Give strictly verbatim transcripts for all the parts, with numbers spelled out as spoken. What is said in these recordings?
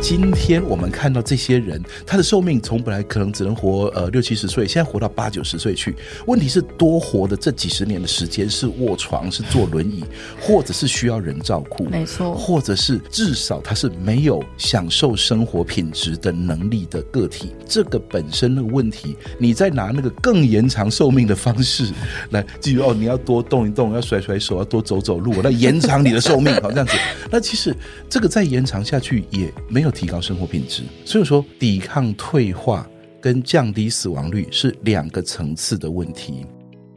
今天我们看到这些人，他的寿命从本来可能只能活呃六七十岁，现在活到八九十岁去。问题是多活的这几十年的时间是卧床，是坐轮椅，或者是需要人照顾， 没错， 或者是至少他是没有享受生活品质的能力的个体。这个本身的问题，你再拿那个更延长寿命的方式来，至于哦，你要多动一动，要甩甩手，要多走走路，那延长你的寿命，好这样子。那其实这个再延长下去也没有提高生活品质。所以说，抵抗退化跟降低死亡率是两个层次的问题。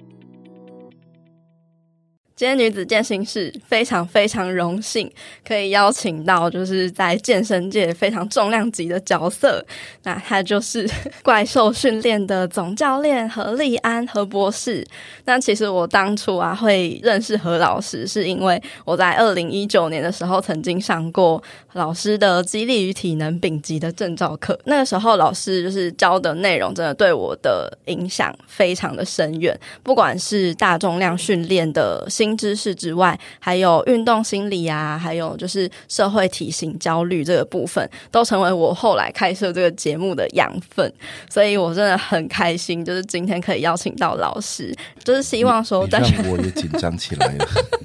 今天女子健心室非常非常荣幸可以邀请到就是在健身界非常重量级的角色，那他就是怪兽训练的总教练何立安何博士。那其实我当初啊会认识何老师，是因为我在二零一九年的时候曾经上过老师的肌力与体能丙级的证照课，那个时候老师就是教的内容真的对我的影响非常的深远，不管是大重量训练的新知识之外，还有运动心理啊，还有就是社会体型焦虑这个部分，都成为我后来开设这个节目的养分。所以我真的很开心，就是今天可以邀请到老师，就是希望说你你让我也紧张起来了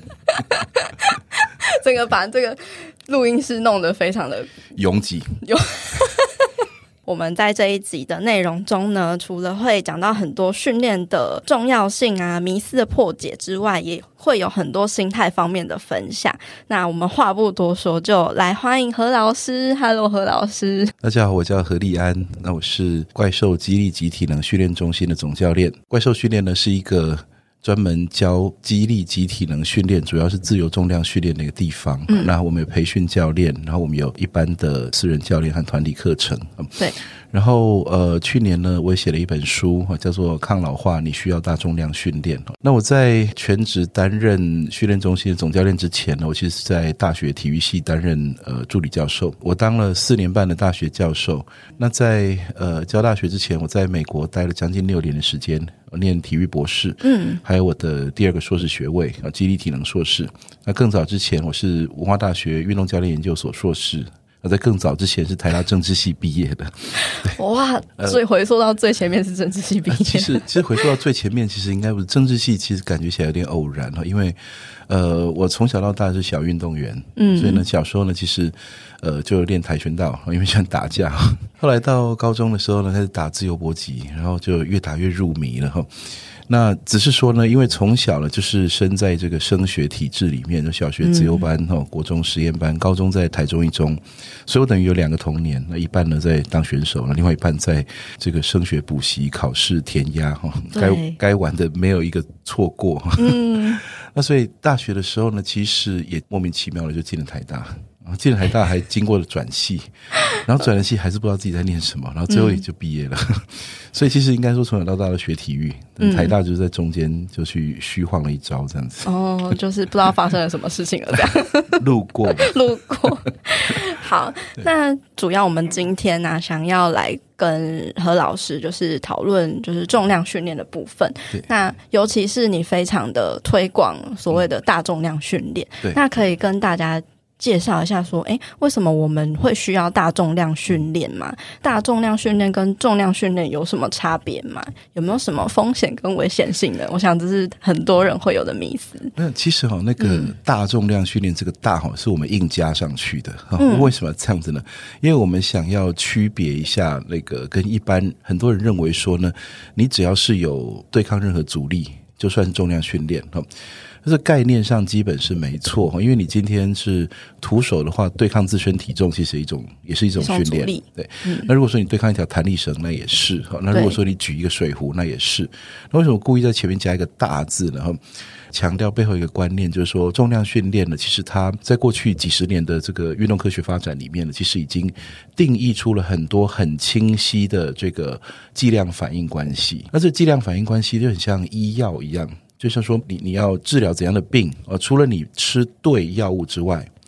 整个把这个录音室弄得非常的拥挤有我们在这一集的内容中呢，除了会讲到很多训练的重要性啊、迷思的破解之外，也会有很多心态方面的分享。那我们话不多说，就来欢迎何老师。 Hello 何老师。 大家好，我叫何立安，那我是怪兽肌力及体能训练中心的总教练。怪兽训练呢是一个专门教肌力及体能训练，主要是自由重量训练的一个地方。嗯，那我们有培训教练，然后我们有一般的私人教练和团体课程。 对。 然后呃，去年呢，我也写了一本书，叫做《抗老化：你需要大重量训练》。那我在全职担任训练中心的总教练之前呢，我其实是在大学体育系担任呃助理教授，我当了四年半的大学教授。那在呃教大学之前，我在美国待了将近六年的时间，我念体育博士，嗯，还有我的第二个硕士学位啊，肌力体能硕士。那更早之前，我是文化大学运动教练研究所硕士。在更早之前是台大政治系毕业的。 哇，所以回溯到最前面是政治系毕业。 呃、其实其实回溯到最前面，其实应该不是政治系，其实感觉起来有点偶然，因为呃，我从小到大是小运动员，嗯，所以呢，小时候呢，其实呃就练跆拳道，因为喜欢打架。后来到高中的时候呢，开始打自由搏击，然后就越打越入迷了哈。那只是说呢，因为从小呢就是身在这个升学体制里面，就小学自由班、嗯、国中实验班，高中在台中一中，所以我等于有两个童年，那一半呢在当选手，另外一半在这个升学补习考试填鸭，该该玩的没有一个错过。嗯，那所以大学的时候呢，其实也莫名其妙的就进了台大。然后进了台大还经过了转系，然后转了系还是不知道自己在念什么，然后最后也就毕业了、嗯、所以其实应该说从小到大都学体育，台大就是在中间就去虚晃了一招这样子。 哦，就是不知道发生了什么事情了这样路过路过。好，那主要我们今天呢、啊、想要来跟何老师就是讨论就是重量训练的部分，那尤其是你非常的推广所谓的大重量训练、嗯、那可以跟大家介绍一下说，诶，为什么我们会需要大重量训练嘛？大重量训练跟重量训练有什么差别吗？有没有什么风险跟危险性呢？我想这是很多人会有的迷思。 那其实哈、哦，那个大重量训练这个大哈是我们硬加上去的、嗯、为什么这样子呢？因为我们想要区别一下那个跟一般很多人认为说呢，你只要是有对抗任何阻力，就算是重量训练。但是概念上基本是没错，因为你今天是徒手的话，对抗自身体重其实一种也是一种训练，对、嗯。那如果说你对抗一条弹力绳，那也是。那如果说你举一个水壶，那也是。那为什么故意在前面加一个大字呢？强调背后一个观念，就是说重量训练呢，其实它在过去几十年的这个运动科学发展里面呢，其实已经定义出了很多很清晰的这个剂量反应关系。那这剂量反应关系就很像医药一样，就像说你你要治疗怎样的病、呃、除了你吃对药物之外，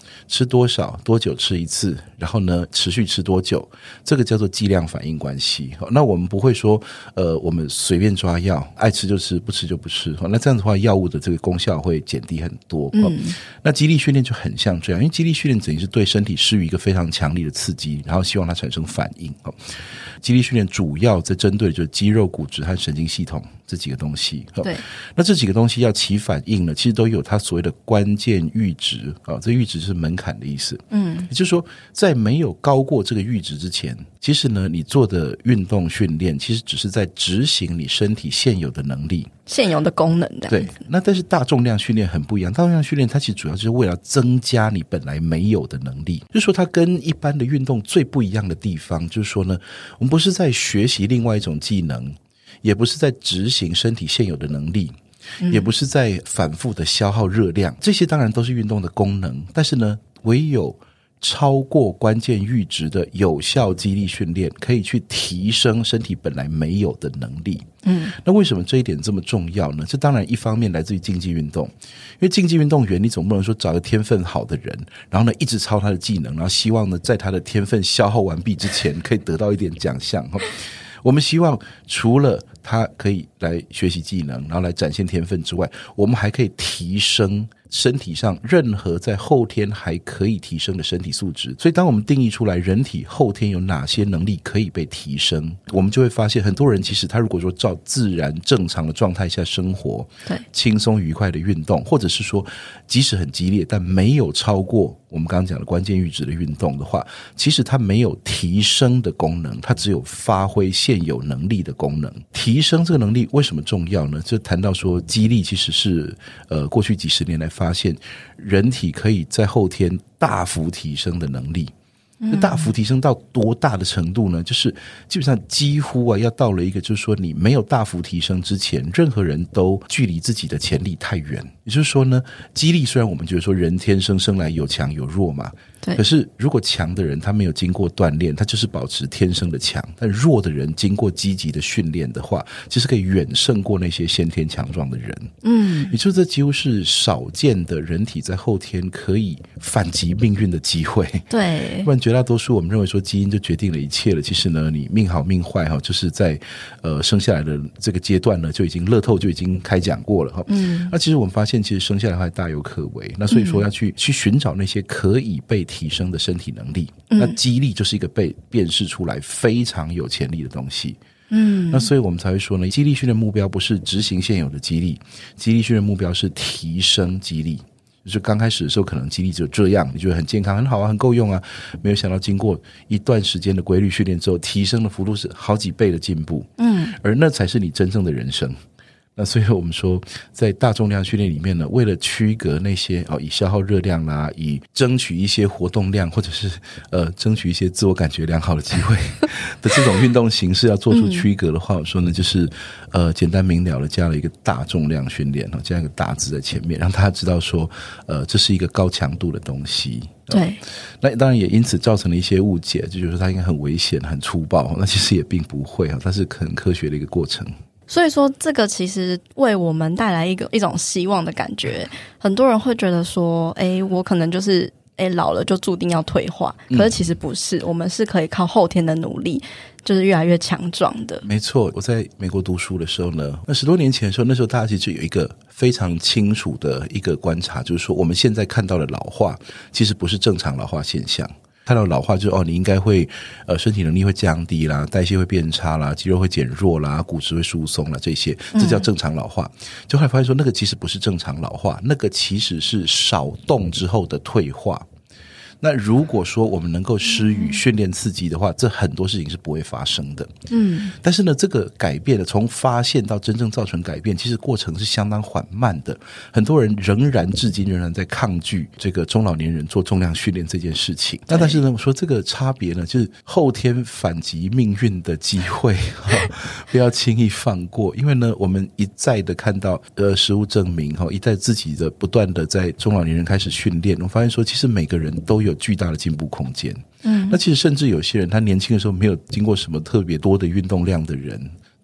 吃多少多久吃一次，然后呢持续吃多久，这个叫做剂量反应关系。那我们不会说呃我们随便抓药，爱吃就吃，不吃就不吃，那这样子的话药物的这个功效会减低很多。嗯，那肌力训练就很像这样，因为肌力训练等于是对身体施予一个非常强力的刺激，然后希望它产生反应。肌力训练主要在针对的就是肌肉、骨质和神经系统这几个东西。 对， 那这几个东西要起反应呢，其实都有它所谓的关键阈值啊，这阈值是门槛的意思。嗯，也就是说，在没有高过这个阈值之前，其实呢，你做的运动训练其实只是在执行你身体现有的能力、 现有的功能这样子。 对，那但是大重量训练很不一样，大重量训练它其实主要就是为了增加你本来没有的能力。就是说，它跟一般的运动最不一样的地方，就是说呢，我们不是在学习另外一种技能，也不是在执行身体现有的能力，也不是在反复的消耗热量，这些当然都是运动的功能，但是呢，唯有超过关键阈值的有效肌力训练可以去提升身体本来没有的能力。嗯，那为什么这一点这么重要呢？这当然一方面来自于竞技运动，因为竞技运动员你总不能说找个天分好的人，然后呢一直操他的技能，然后希望呢在他的天分消耗完毕之前可以得到一点奖项。我们希望除了他可以来学习技能，然后来展现天分之外，我们还可以提升身体上任何在后天还可以提升的身体素质。所以当我们定义出来人体后天有哪些能力可以被提升，我们就会发现很多人其实他如果说照自然正常的状态下生活，对，轻松愉快的运动，或者是说即使很激烈但没有超过我们刚刚讲的关键阈值的运动的话，其实它没有提升的功能，它只有发挥现有能力的功能。提升这个能力为什么重要呢？就谈到说肌力其实是呃过去几十年来发现人体可以在后天大幅提升的能力。大幅提升到多大的程度呢？就是基本上几乎啊要到了一个就是说你没有大幅提升之前，任何人都距离自己的潜力太远。也就是说呢，肌力虽然我们觉得说人天生生来有强有弱嘛，可是如果强的人他没有经过锻炼，他就是保持天生的强，但弱的人经过积极的训练的话，其实可以远胜过那些先天强壮的人。嗯，也就是这几乎是少见的人体在后天可以反击命运的机会。 对， 不然绝大多数我们认为说基因就决定了一切了，其实呢你命好命坏哈，就是在呃生下来的这个阶段呢就已经乐透就已经开讲过了哈。嗯，那其实我们发现其实生下来还大有可为，那所以说要去、嗯、去寻找那些可以被提升的身体能力，嗯、那肌力就是一个被辨识出来非常有潜力的东西。嗯，那所以我们才会说呢，肌力训练目标不是执行现有的肌力，肌力训练目标是提升肌力。就是刚开始的时候可能肌力只有这样，你觉得很健康很好啊很够用啊，没有想到经过一段时间的规律训练之后，提升的幅度是好几倍的进步。嗯，而那才是你真正的人生。那所以我们说在大重量训练里面呢，为了区隔那些哦以消耗热量啦，以争取一些活动量或者是呃争取一些自我感觉良好的机会的这种运动形式要做出区隔的话，我说呢就是呃简单明了的加了一个大重量训练，加一个大字在前面，让大家知道说呃这是一个高强度的东西。对，那当然也因此造成了一些误解，就觉得说它应该很危险很粗暴，那其实也并不会，它是很科学的一个过程。 所以说这个其实为我们带来一个一种希望的感觉。很多人会觉得说诶我可能就是诶老了就注定要退化，可是其实不是、嗯、我们是可以靠后天的努力就是越来越强壮的。 没错，我在美国读书的时候呢，那十多年前的时候，那时候大家其实有一个非常清楚的一个观察，就是说我们现在看到的老化其实不是正常老化现象。看到老化就是哦，你应该会呃身体能力会降低啦，代谢会变差啦，肌肉会减弱啦，骨质会疏松啦，这些这叫正常老化。嗯、就后来发现说那个其实不是正常老化，那个其实是少动之后的退化。那如果说我们能够施予训练刺激的话，这很多事情是不会发生的。嗯，但是呢，这个改变从发现到真正造成改变，其实过程是相当缓慢的。很多人仍然至今仍然在抗拒这个中老年人做重量训练这件事情。那但是呢，我说这个差别呢，就是后天反击命运的机会，不要轻易放过。因为呢，我们一再的看到呃实务证明，一再自己的不断的在中老年人开始训练，我发现说其实每个人都有有巨大的进步空间。嗯，那其实甚至有些人他年轻的时候没有经过什么特别多的运动量的人，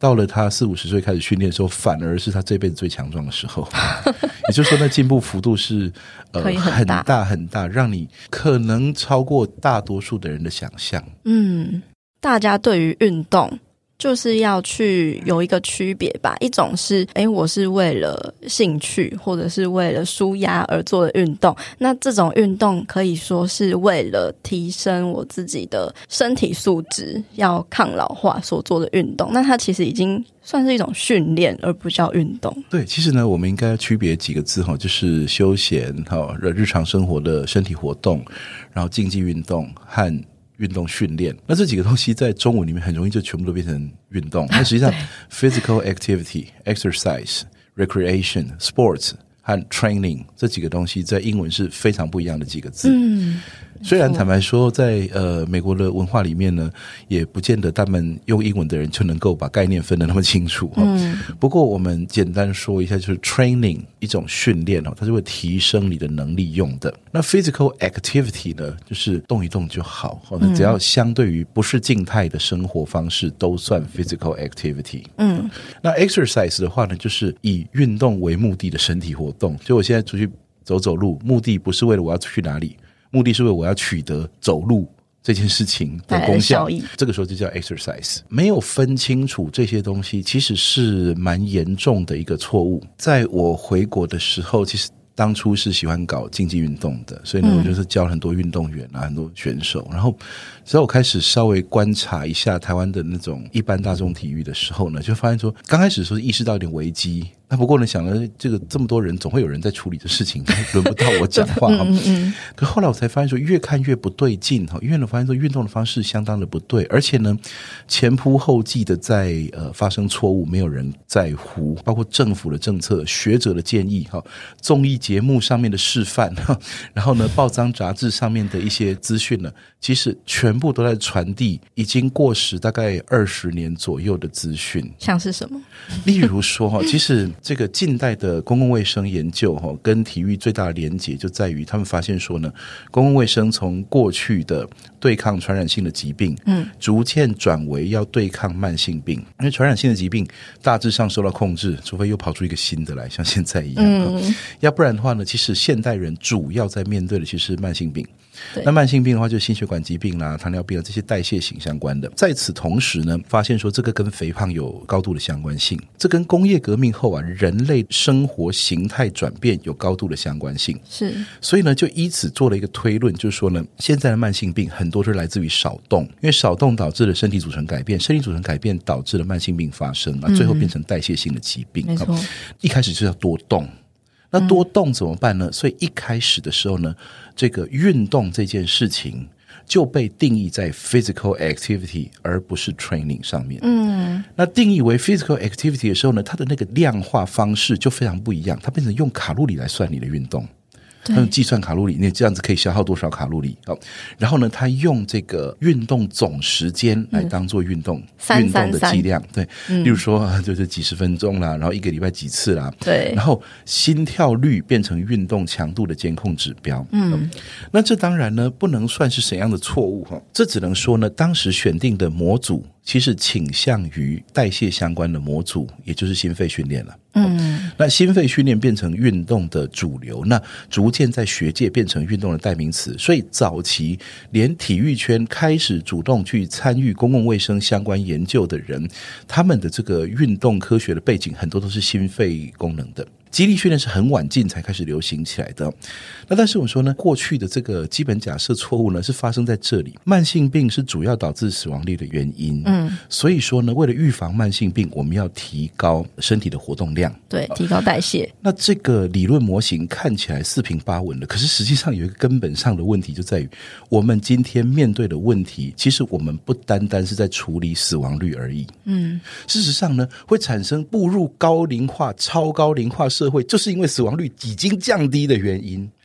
到了他四五十岁开始训练的时候，反而是他这辈子最强壮的时候。也就是说，那进步幅度是呃很大很大，让你可能超过大多数的人的想象。 嗯，大家对于运动就是要去有一个区别吧，一种是诶我是为了兴趣或者是为了抒压而做的运动，那这种运动可以说是为了提升我自己的身体素质要抗老化所做的运动，那它其实已经算是一种训练而不叫运动。 对，其实呢我们应该区别几个字，就是休闲日常生活的身体活动，然后竞技运动和运动训练。那这几个东西在中文里面很容易就全部都变成运动，那实际上physical activity, exercise, recreation, sports 和 training 这几个东西在英文是非常不一样的几个字。嗯，虽然坦白说在呃美国的文化里面呢，也不见得他们用英文的人就能够把概念分得那么清楚。嗯，不过我们简单说一下，就是 training 一种训练，它是会提升你的能力用的。那 physical activity 呢，就是动一动就好，只要相对于不是静态的生活方式都算 physical activity。嗯，那 exercise 的话呢，就是以运动为目的的身体活动。就我现在出去走走路，目的不是为了我要去哪里，目的是为了我要取得走路这件事情的功效，这个时候就叫 exercise。 没有分清楚这些东西其实是蛮严重的一个错误。在我回国的时候，其实当初是喜欢搞竞技运动的，所以呢我就是教很多运动员啊，很多选手。然后只要我开始稍微观察一下台湾的那种一般大众体育的时候呢，就发现说刚开始的时候意识到一点危机，那不过呢想了这个这么多人总会有人在处理这事情，轮不到我讲话。嗯嗯，可后来我才发现说越看越不对劲，因为呢发现说运动的方式相当的不对，而且呢前仆后继的在呃发生错误，没有人在乎，包括政府的政策、学者的建议、综艺节目上面的示范，然后呢报章杂志上面的一些资讯呢，其实全部都在传递已经过时大概二十年左右的资讯。 像是什么？ 例如说其实这个近代的公共卫生研究跟体育最大的连结就在于他们发现说呢，公共卫生从过去的对抗传染性的疾病，嗯，逐渐转为要对抗慢性病。因为传染性的疾病大致上受到控制，除非又跑出一个新的来，像现在一样、嗯、要不然的话呢，其实现代人主要在面对的其实是慢性病。那慢性病的话就是心血管疾病啦、糖尿病啊，这些代谢型相关的。在此同时呢，发现说这个跟肥胖有高度的相关性，这跟工业革命后啊人类生活形态转变有高度的相关性。是，所以呢就依此做了一个推论，就是说呢现在的慢性病很多是来自于少动，因为少动导致了身体组成改变，身体组成改变导致了慢性病发生，最后变成代谢性的疾病、嗯、没错，一开始就是要多动。那多动怎么办呢、嗯、所以一开始的时候呢，这个运动这件事情就被定义在 physical activity 而不是 training 上面。嗯，那定义为 physical activity 的时候呢，它的那个量化方式就非常不一样，它变成用卡路里来算你的运动，他用计算卡路里，你这样子可以消耗多少卡路里。好，然后呢他用这个运动总时间来当做运动、嗯、运动的剂量。对、嗯、例如说就是几十分钟啦，然后一个礼拜几次啦，对，然后心跳率变成运动强度的监控指标。嗯，那这当然呢不能算是怎样的错误，这只能说呢当时选定的模组其实倾向于代谢相关的模组，也就是心肺训练了。嗯，那心肺训练变成运动的主流，那逐渐在学界变成运动的代名词，所以早期连体育圈开始主动去参与公共卫生相关研究的人，他们的这个运动科学的背景很多都是心肺功能的。肌力训练是很晚近才开始流行起来的。那但是我说呢，过去的这个基本假设错误呢是发生在这里，慢性病是主要导致死亡率的原因。嗯，所以说呢为了预防慢性病，我们要提高身体的活动量， 对，提高代谢。 那这个理论模型看起来四平八稳的，可是实际上有一个根本上的问题，就在于我们今天面对的问题，其实我们不单单是在处理死亡率而已。嗯，事实上呢会产生步入高龄化、超高龄化社会，就是因为死亡率已经降低的原因。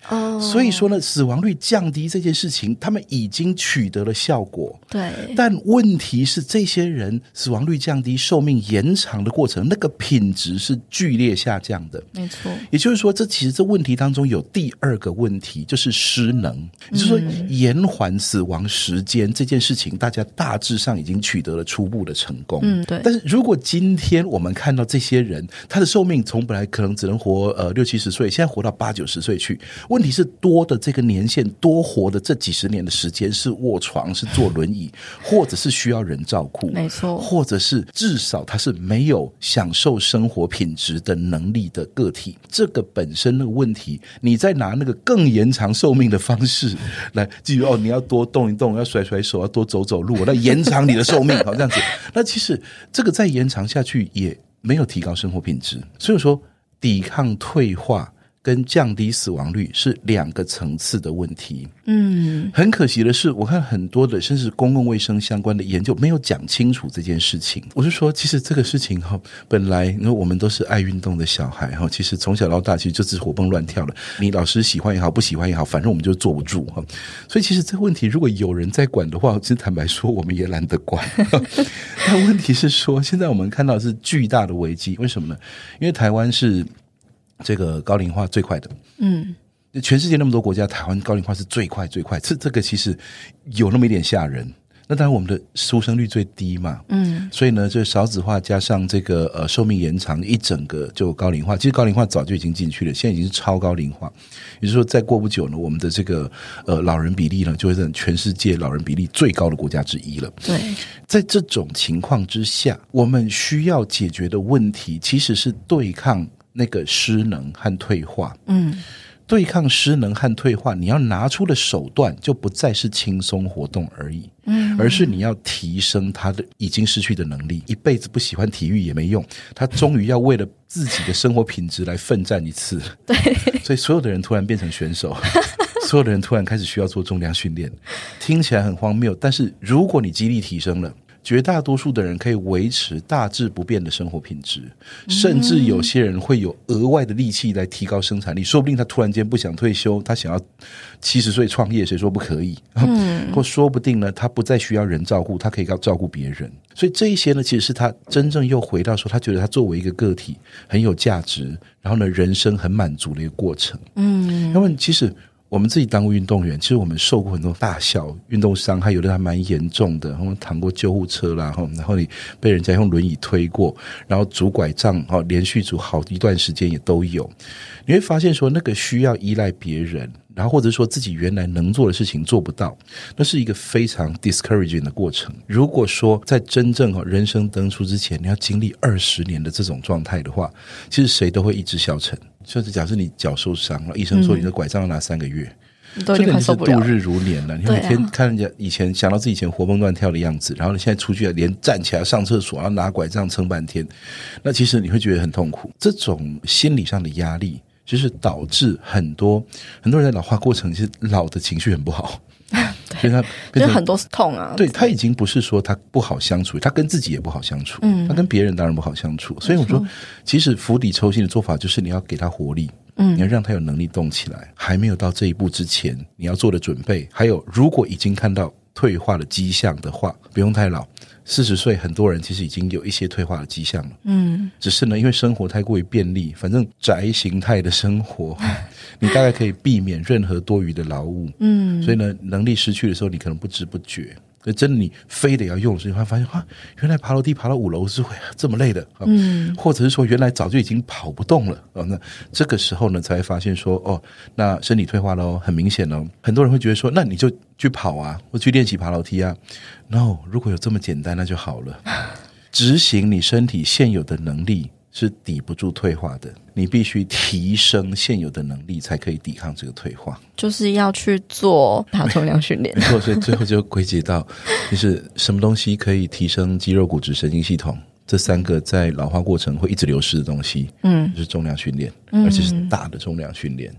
哦， 所以说呢，死亡率降低这件事情他们已经取得了效果。 对， 但问题是这些人死亡率降低，寿命延长的过程，那个品质是剧烈下降的。 没错， 也就是说，这其实这问题当中有第二个问题，就是失能。也就是说，延缓死亡时间这件事情，大家大致上已经取得了初步的成功。 嗯，对。 但是如果今天我们看到这些人，他的寿命从本来可能只能活呃六七十岁，现在活到八九十岁去，问题是多的这个年限，多活的这几十年的时间是卧床，是坐轮椅，或者是需要人照顾， 没错， 或者是至少他是没有享受生活品质的能力的个体。这个本身那个问题，你再拿那个更延长寿命的方式来基于哦，你要多动一动，要甩甩手，要多走走路，那延长你的寿命，好这样子。那其实这个再延长下去也没有提高生活品质。所以说，抵抗退化跟降低死亡率是两个层次的问题。嗯，很可惜的是，我看很多的甚至公共卫生相关的研究没有讲清楚这件事情。我是说，其实这个事情哈，本来因为我们都是爱运动的小孩哈，其实从小到大其实就是活蹦乱跳的。你老师喜欢也好，不喜欢也好，反正我们就坐不住哈。所以其实这个问题，如果有人在管的话，其实坦白说，我们也懒得管。但问题是说，现在我们看到的是巨大的危机，为什么呢？因为台湾是这个高龄化最快的，嗯，全世界那么多国家，台湾高龄化是最快最快，这这个其实有那么一点吓人。那当然我们的出生率最低嘛，嗯，所以呢，这少子化加上这个呃寿命延长，一整个就高龄化。其实高龄化早就已经进去了，现在已经是超高龄化。也就是说，再过不久呢，我们的这个呃老人比例呢，就会是全世界老人比例最高的国家之一了。 对， 在这种情况之下，我们需要解决的问题其实是对抗那个失能和退化。嗯。对抗失能和退化，你要拿出的手段就不再是轻松活动而已，嗯，而是你要提升他的已经失去的能力。一辈子不喜欢体育也没用，他终于要为了自己的生活品质来奋战一次。 对， 所以所有的人突然变成选手，所有的人突然开始需要做重量训练，听起来很荒谬，但是如果你肌力提升了，绝大多数的人可以维持大致不变的生活品质，甚至有些人会有额外的力气来提高生产力，说不定他突然间不想退休，他想要七十岁创业，谁说不可以？嗯，或说不定呢，他不再需要人照顾，他可以照顾别人。所以这一些呢，其实是他真正又回到说，他觉得他作为一个个体很有价值，然后呢，人生很满足的一个过程。嗯，因为其实我们自己当过运动员，其实我们受过很多大小运动伤害，有的还蛮严重的，然后躺过救护车啦，然后你被人家用轮椅推过，然后拄拐杖连续拄好一段时间也都有。你会发现说，那个需要依赖别人，然后或者说自己原来能做的事情做不到，那是一个非常 discouraging 的过程。如果说在真正人生登出之前，你要经历二十年的这种状态的话，其实谁都会意志消沉。就是假设你脚受伤了，医生说你的拐杖要拿三个月， 嗯，都已经快受不了了， 度日如年了。你每天看人家以前，想到自己以前活蹦乱跳的样子，然后你现在出去连站起来上厕所要拿拐杖撑半天，那其实你会觉得很痛苦。这种心理上的压力，就是导致很多很多人在老化过程，其实老的情绪很不好。所以他就很多痛啊， 对，他已经不是说他不好相处，他跟自己也不好相处，嗯，他跟别人当然不好相处。所以我说，其实釜底抽薪的做法就是你要给他活力，嗯，你要让他有能力动起来。还没有到这一步之前，你要做的准备，还有如果已经看到退化的迹象的话，不用太老。四十岁很多人其实已经有一些退化的迹象了，嗯，只是呢因为生活太过于便利，反正宅形态的生活你大概可以避免任何多余的劳务，嗯，所以呢能力失去的时候你可能不知不觉，所以真的你非得要用的时候，你会发现啊，原来爬楼梯爬到五楼是会这么累的，嗯，或者是说原来早就已经跑不动了，哦，那这个时候呢才会发现说，哦，那身体退化了，很明显哦。很多人会觉得说，那你就去跑啊，或去练习爬楼梯啊。No， 如果有这么简单那就好了。执行你身体现有的能力是抵不住退化的，你必须提升现有的能力才可以抵抗这个退化， 就是要去做大重量训练。 没错，所以最后就归结到就是什么东西可以提升肌肉、骨质、神经系统，这三个在老化过程会一直流失的东西，嗯，就是重量训练，而且是大的重量训练。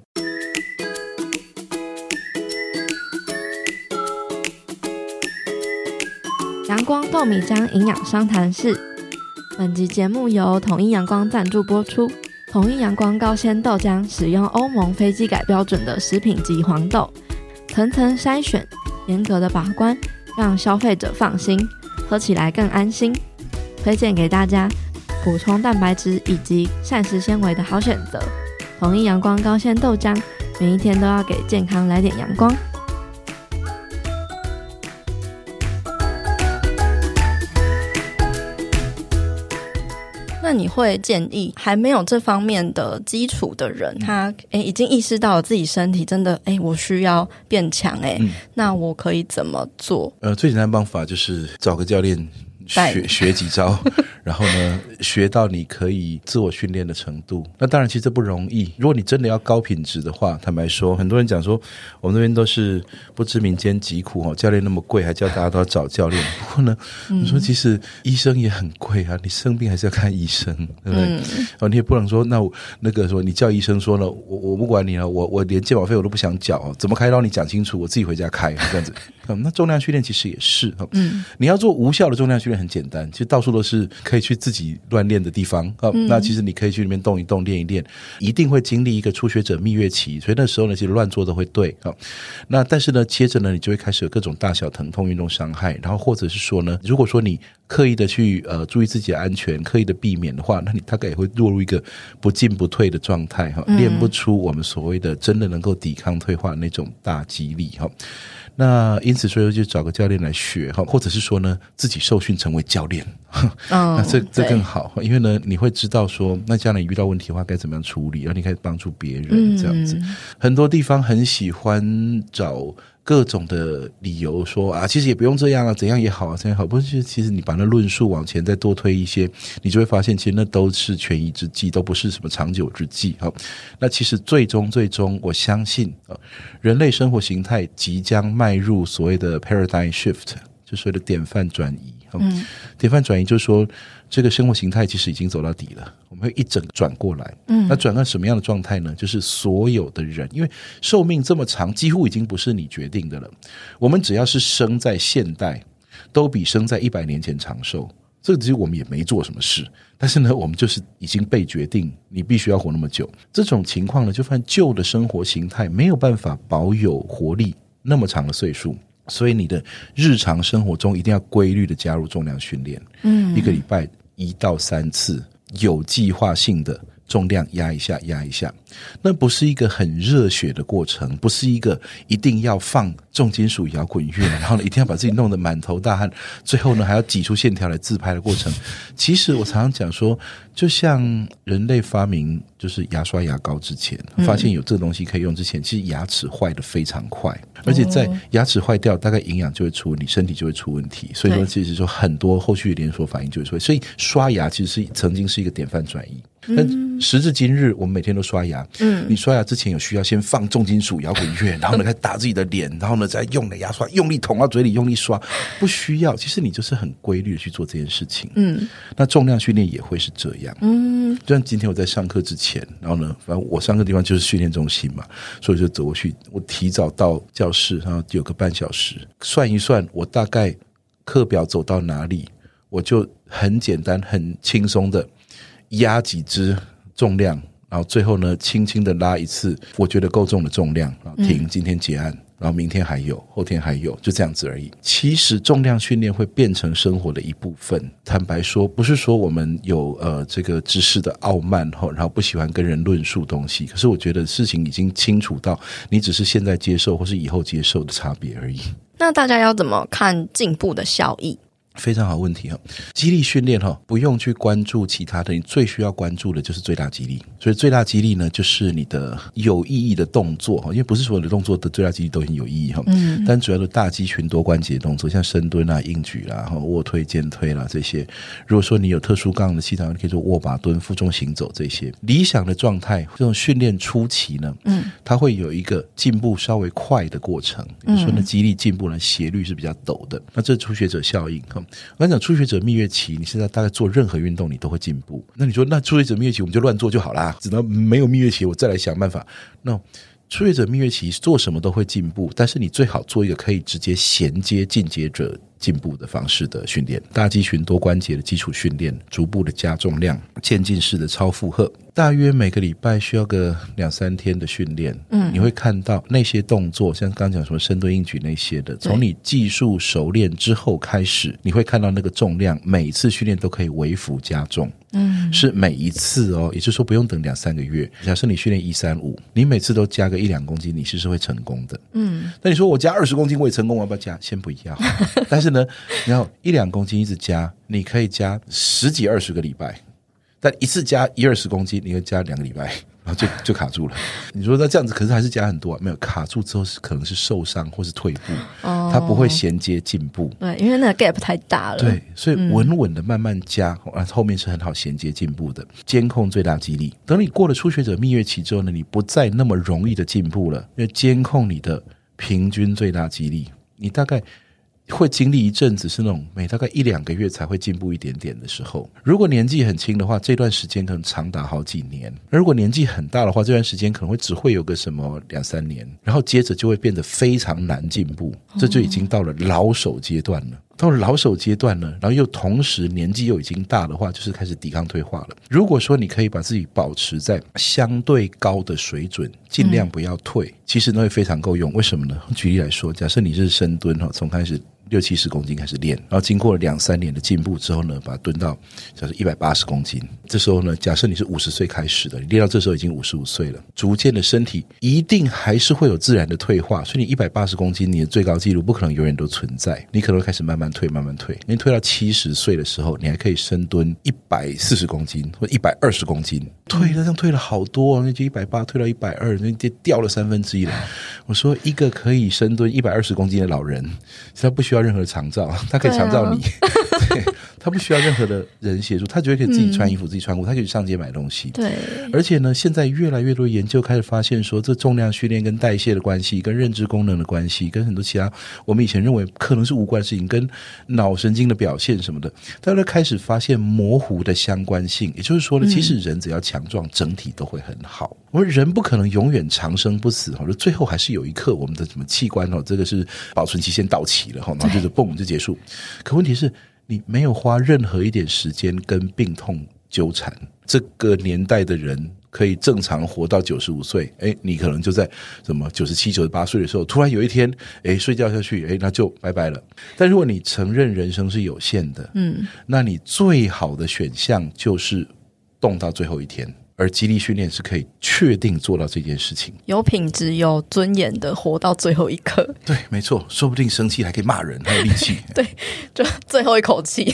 阳光豆米浆营养商谈室，本集节目由统一阳光赞助播出。 统一阳光高纤豆浆使用欧盟非机改标准的食品级黄豆，层层筛选，严格的把关，让消费者放心，喝起来更安心。推荐给大家补充蛋白质以及膳食纤维的好选择。统一阳光高纤豆浆，每一天都要给健康来点阳光。那你会建议还没有这方面的基础的人，他诶已经意识到了自己身体真的诶我需要变强诶、嗯、那我可以怎么做？ 呃，最简单的方法就是找个教练学学几招然后呢学到你可以自我训练的程度。那当然其实这不容易，如果你真的要高品质的话，坦白说很多人讲说我们那边都是不知民间疾苦，教练那么贵还叫大家都要找教练。不过呢你说其实医生也很贵啊，你生病还是要看医生，对不对、嗯哦、你也不能说那我那个说你叫医生说呢我我不管你了，我我连健保费我都不想缴，怎么开刀你讲清楚，我自己回家开这样子嗯、那重量训练其实也是、嗯、你要做无效的重量训练很简单，其实到处都是可以去自己乱练的地方、嗯、那其实你可以去那边动一动练一练，一定会经历一个初学者蜜月期，所以那时候呢其实乱做都会对。那但是呢接着呢你就会开始有各种大小疼痛运动伤害，然后或者是说呢如果说你刻意的去呃注意自己的安全，刻意的避免的话，那你大概也会落入一个不进不退的状态、嗯、练不出我们所谓的真的能够抵抗退化的那种大肌力。那因此所以就找个教练来学，或者是说呢自己受训成为教练、哦、那这这更好，因为呢你会知道说那将来遇到问题的话该怎么样处理，然后你可以帮助别人这样子、嗯、很多地方很喜欢找各种的理由说啊，其实也不用这样啊，怎样也好啊，怎样也好。不是，其实你把那论述往前再多推一些，你就会发现，其实那都是权宜之计，都不是什么长久之计。好，那其实最终最终，我相信啊，人类生活形态即将迈入所谓的 paradigm shift， 就所谓的典范转移。嗯，典范转移就是说，这个生活形态其实已经走到底了，我们会一整个转过来。嗯，那转到什么样的状态呢？就是所有的人，因为寿命这么长，几乎已经不是你决定的了。我们只要是生在现代，都比生在一百年前长寿。这个其实我们也没做什么事，但是呢，我们就是已经被决定，你必须要活那么久。这种情况呢，就发现旧的生活形态没有办法保有活力那么长的岁数。所以你的日常生活中一定要规律的加入重量训练，嗯，一个礼拜一到三次，有计划性的重量压一下压一下。那不是一个很热血的过程，不是一个一定要放重金属摇滚乐，然后呢一定要把自己弄得满头大汗，最后呢还要挤出线条来自拍的过程。其实我常常讲说，就像人类发明就是牙刷牙膏之前，发现有这个东西可以用之前，其实牙齿坏得非常快，而且在牙齿坏掉大概营养就会出问题，身体就会出问题。所以说其实说很多后续连锁反应就会出现，所以刷牙其实是曾经是一个典范转移。但时至今日我们每天都刷牙，嗯，你刷牙之前有需要先放重金属摇滚乐，然后呢开始打自己的脸，然后呢再用的牙刷用力捅到嘴里用力刷，不需要。其实你就是很规律的去做这件事情。嗯，那重量训练也会是这样。嗯，就像今天我在上课之前，然后呢反正我上课的地方就是训练中心嘛，所以就走过去，我提早到教室，然后有个半小时，算一算我大概课表走到哪里，我就很简单很轻松的压几支重量，然后最后呢轻轻的拉一次我觉得够重的重量，然后停，今天结案，然后明天还有，后天还有，就这样子而已。其实重量训练会变成生活的一部分。坦白说，不是说我们有呃这个知识的傲慢，然后不喜欢跟人论述东西，可是我觉得事情已经清楚到你只是现在接受或是以后接受的差别而已。 那大家要怎么看进步的效益？ 非常好问题哈，肌力训练哈，不用去关注其他的，你最需要关注的就是最大肌力。所以最大肌力呢，就是你的有意义的动作哈，因为不是所有的动作的最大肌力都很有意义哈，嗯，但主要的大肌群多关节动作，像深蹲啊、硬举啦、卧推、肩推啦这些。如果说你有特殊杠的系统，你可以做握把蹲、负重行走这些。理想的状态，这种训练初期呢，嗯，它会有一个进步稍微快的过程，比如说呢肌力进步呢斜率是比较陡的，那这是初学者效应哈。我跟你讲，初学者蜜月期，你现在大概做任何运动你都会进步。那你说，那初学者蜜月期我们就乱做就好啦，直到没有蜜月期我再来想办法。那初学者蜜月期做什么都会进步，但是你最好做一个可以直接衔接进阶者进步的方式的训练，大肌群多关节的基础训练，逐步的加重量，渐进式的超负荷， 大约每个礼拜需要个两三天的训练，嗯，你会看到那些动作，像刚刚讲什么深蹲硬举那些的，从你技术熟练之后开始，你会看到那个重量每一次训练都可以微幅加重，嗯，是每一次哦，也就是说不用等两三个月。假设你训练一三五，你每次都加个一两公斤，你是是会成功的，嗯。那你说我加二十公斤我也成功，我要不要加？先不要。但是呢，你要一两公斤一直加，你可以加十几二十个礼拜。但一次加一二十公斤，你会加两个礼拜，然后就就卡住了。你说那这样子，可是还是加很多啊？没有，卡住之后是可能是受伤或是退步，哦，它不会衔接进步。 对，因为那个 gap 太大了。 对，所以稳稳的慢慢加，嗯，后面是很好衔接进步的。监控最大肌力，等你过了初学者蜜月期之后呢，你不再那么容易的进步了，因为监控你的平均最大肌力，你大概会经历一阵子是那种每大概一两个月才会进步一点点的时候。如果年纪很轻的话，这段时间可能长达好几年；如果年纪很大的话，这段时间可能会只会有个什么两三年，然后接着就会变得非常难进步，这就已经到了老手阶段了。到了老手阶段呢，然后又同时年纪又已经大的话，就是开始抵抗退化了。如果说你可以把自己保持在相对高的水准，尽量不要退，嗯，其实那会非常够用。为什么呢？举例来说，假设你是深蹲，从开始六七十公斤开始练，然后经过了两三年的进步之后呢，把它蹲到假设一百八十公斤。这时候呢，假设你是五十岁开始的，你练到这时候已经五十五岁了，逐渐的身体一定还是会有自然的退化，所以你一百八十公斤，你的最高纪录不可能永远都存在，你可能会开始慢慢退慢慢退。因为退到七十岁的时候，你还可以深蹲一百四十公斤或一百二十公斤，退了这样退了好多，那就一百八退到一百二，那就掉了三分之一了。我说一个可以深蹲一百二十公斤的老人，他不需要任何的长照，他可以长照你，对，他不需要任何的人协助，他觉得可以自己穿衣服，嗯，自己穿裤，他可以上街买东西。 对， 而且呢，现在越来越多研究开始发现说，这重量训练跟代谢的关系，跟认知功能的关系，跟很多其他我们以前认为可能是无关的事情，跟脑神经的表现什么的，大家开始发现模糊的相关性。也就是说呢，其实人只要强壮，整体都会很好。我们人不可能永远长生不死，最后还是有一刻我们的什么器官这个是保存期限到期了，然后就是蹦就结束。可问题是你没有花任何一点时间跟病痛纠缠，这个年代的人可以正常活到九十五岁，诶，你可能就在什么九十七、九十八岁的时候，突然有一天，诶，睡觉下去，诶，那就拜拜了。但如果你承认人生是有限的，嗯，那你最好的选项就是动到最后一天。而肌力训练是可以确定做到这件事情， 有品质有尊严的活到最后一刻。 对，没错，说不定生气还可以骂人，还有力气。 对，就最后一口气。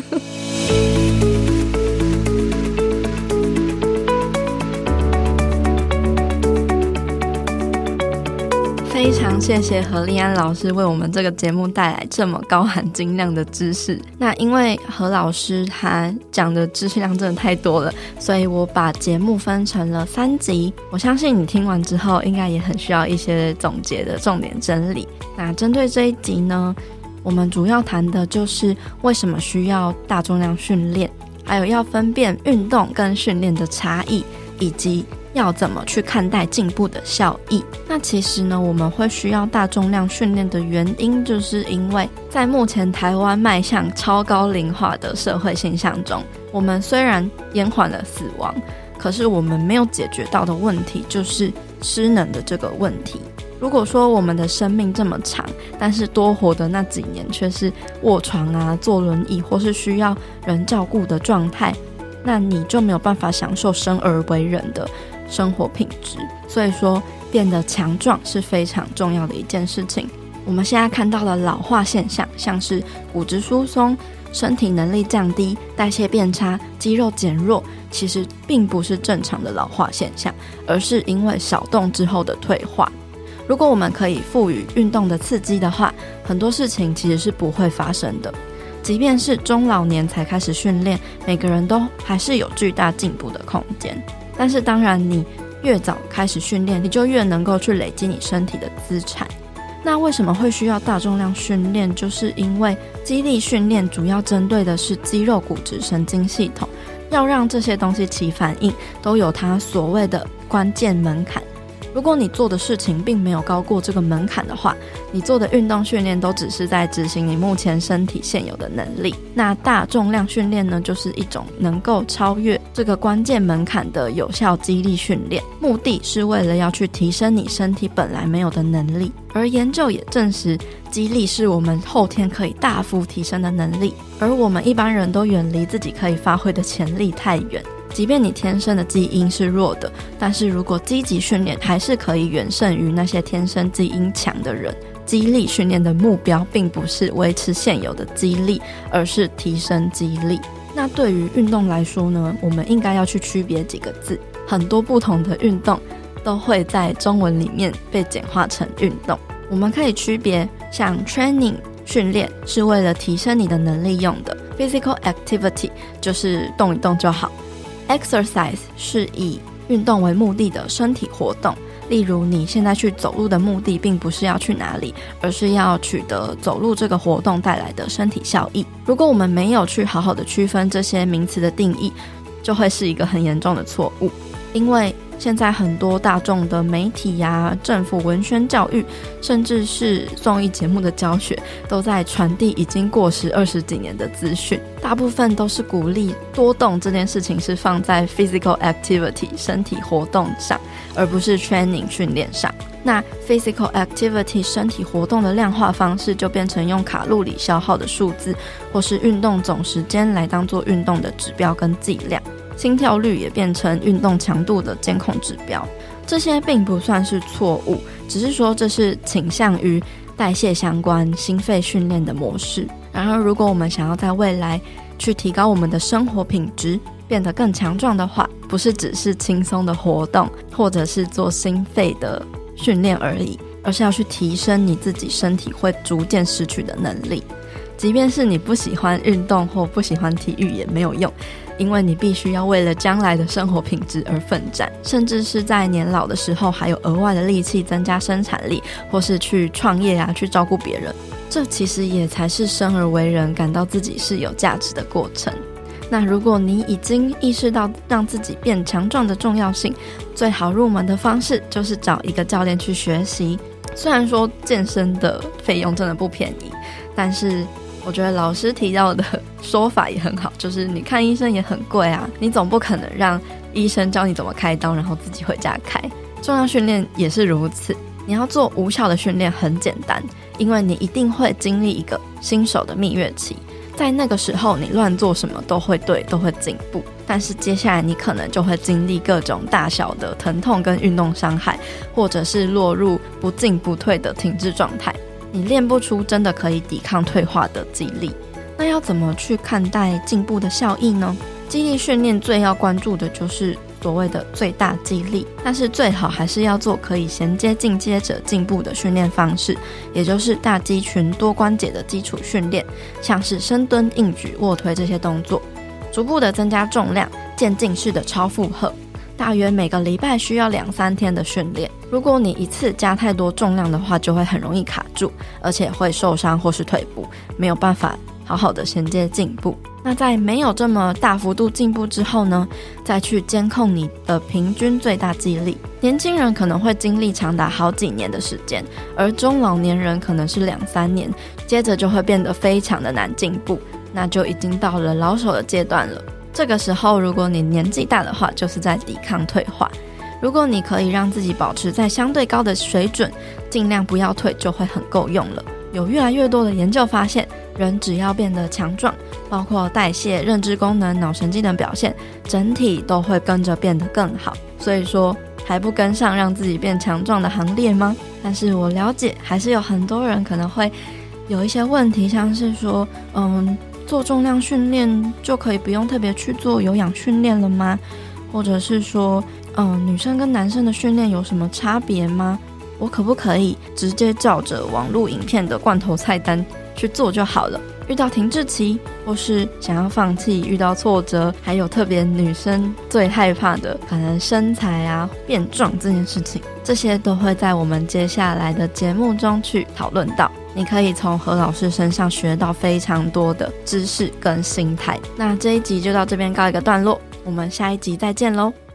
非常谢谢何立安老师为我们这个节目带来这么高含金量的知识。那因为何老师他讲的知识量真的太多了，所以我把节目分成了三集。我相信你听完之后应该也很需要一些总结的重点整理。那针对这一集呢，我们主要谈的就是为什么需要大重量训练，还有要分辨运动跟训练的差异，以及要怎么去看待进步的效益。那其实呢，我们会需要大重量训练的原因，就是因为在目前台湾迈向超高龄化的社会现象中，我们虽然延缓了死亡，可是我们没有解决到的问题就是失能的这个问题。如果说我们的生命这么长，但是多活的那几年却是卧床啊、坐轮椅或是需要人照顾的状态，那你就没有办法享受生而为人的生活品质。所以说变得强壮是非常重要的一件事情。我们现在看到的老化现象，像是骨质疏松、身体能力降低、代谢变差、肌肉减弱，其实并不是正常的老化现象，而是因为少动之后的退化。如果我们可以赋予运动的刺激的话，很多事情其实是不会发生的。即便是中老年才开始训练，每个人都还是有巨大进步的空间。但是当然，你越早开始训练，你就越能够去累积你身体的资产。那为什么会需要大重量训练？就是因为肌力训练主要针对的是肌肉、骨质、神经系统，要让这些东西起反应，都有它所谓的关键门槛。 如果你做的事情并没有高过这个门槛的话，你做的运动训练都只是在执行你目前身体现有的能力。那大重量训练呢，就是一种能够超越这个关键门槛的有效肌力训练，目的是为了要去提升你身体本来没有的能力。而研究也证实，肌力是我们后天可以大幅提升的能力，而我们一般人都远离自己可以发挥的潜力太远。即便你天生的基因是弱的，但是如果积极训练，还是可以远胜于那些天生基因强的人。肌力训练的目标并不是维持现有的肌力，而是提升肌力。那对于运动来说呢，我们应该要去区别几个字。很多不同的运动都会在中文里面被简化成运动。我们可以区别，像 training 训练是为了提升你的能力用的， physical activity 就是动一动就好， exercise 是以运动为目的的身体活动，例如你现在去走路的目的并不是要去哪里，而是要取得走路这个活动带来的身体效益。如果我们没有去好好的区分这些名词的定义，就会是一个很严重的错误。因为现在很多大众的媒体啊、政府文宣教育，甚至是综艺节目的教学，都在传递已经过时二十几年的资讯，大部分都是鼓励多动这件事情是放在 physical activity 身体活动上，而不是 training 训练上。那 physical activity 身体活动的量化方式就变成用卡路里消耗的数字，或是运动总时间来当做运动的指标跟计量。心跳率也变成运动强度的监控指标，这些并不算是错误，只是说这是倾向于代谢相关心肺训练的模式。然而如果我们想要在未来去提高我们的生活品质，变得更强壮的话，不是只是轻松的活动或者是做心肺的训练而已，而是要去提升你自己身体会逐渐失去的能力。即便是你不喜欢运动或不喜欢体育也没有用，因为你必须要为了将来的生活品质而奋战，甚至是在年老的时候还有额外的力气增加生产力，或是去创业啊，去照顾别人。这其实也才是生而为人感到自己是有价值的过程。那如果你已经意识到让自己变强壮的重要性，最好入门的方式就是找一个教练去学习。虽然说健身的费用真的不便宜，但是我觉得老师提到的说法也很好，就是你看医生也很贵啊，你总不可能让医生教你怎么开刀然后自己回家开。重量训练也是如此，你要做无效的训练很简单，因为你一定会经历一个新手的蜜月期，在那个时候你乱做什么都会对，都会进步，但是接下来你可能就会经历各种大小的疼痛跟运动伤害，或者是落入不进不退的停滞状态，你练不出真的可以抵抗退化的肌力。那要怎么去看待进步的效益呢？肌力训练最要关注的就是所谓的最大肌力，但是最好还是要做可以衔接进阶者进步的训练方式，也就是大肌群多关节的基础训练，像是深蹲、硬举、卧推这些动作，逐步的增加重量，渐进式的超负荷，大约每个礼拜需要两三天的训练。如果你一次加太多重量的话，就会很容易卡住，而且会受伤或是退步，没有办法好好的衔接进步。那在没有这么大幅度进步之后呢，再去监控你的平均最大肌力。年轻人可能会经历长达好几年的时间，而中老年人可能是两三年，接着就会变得非常的难进步，那就已经到了老手的阶段了。这个时候如果你年纪大的话，就是在抵抗退化。如果你可以让自己保持在相对高的水准，尽量不要退，就会很够用了。有越来越多的研究发现，人只要变得强壮，包括代谢、认知功能、脑神经的表现，整体都会跟着变得更好。所以说还不跟上让自己变强壮的行列吗？但是我了解还是有很多人可能会有一些问题，像是说嗯，做重量训练就可以不用特别去做有氧训练了吗？或者是说嗯，女生跟男生的训练有什么差别吗？我可不可以直接照着网络影片的罐头菜单去做就好了？遇到停滞期或是想要放弃，遇到挫折，还有特别女生最害怕的可能身材啊变壮这件事情，这些都会在我们接下来的节目中去讨论到。你可以从何老师身上学到非常多的知识跟心态。那这一集就到这边告一个段落，我们下一集再见咯。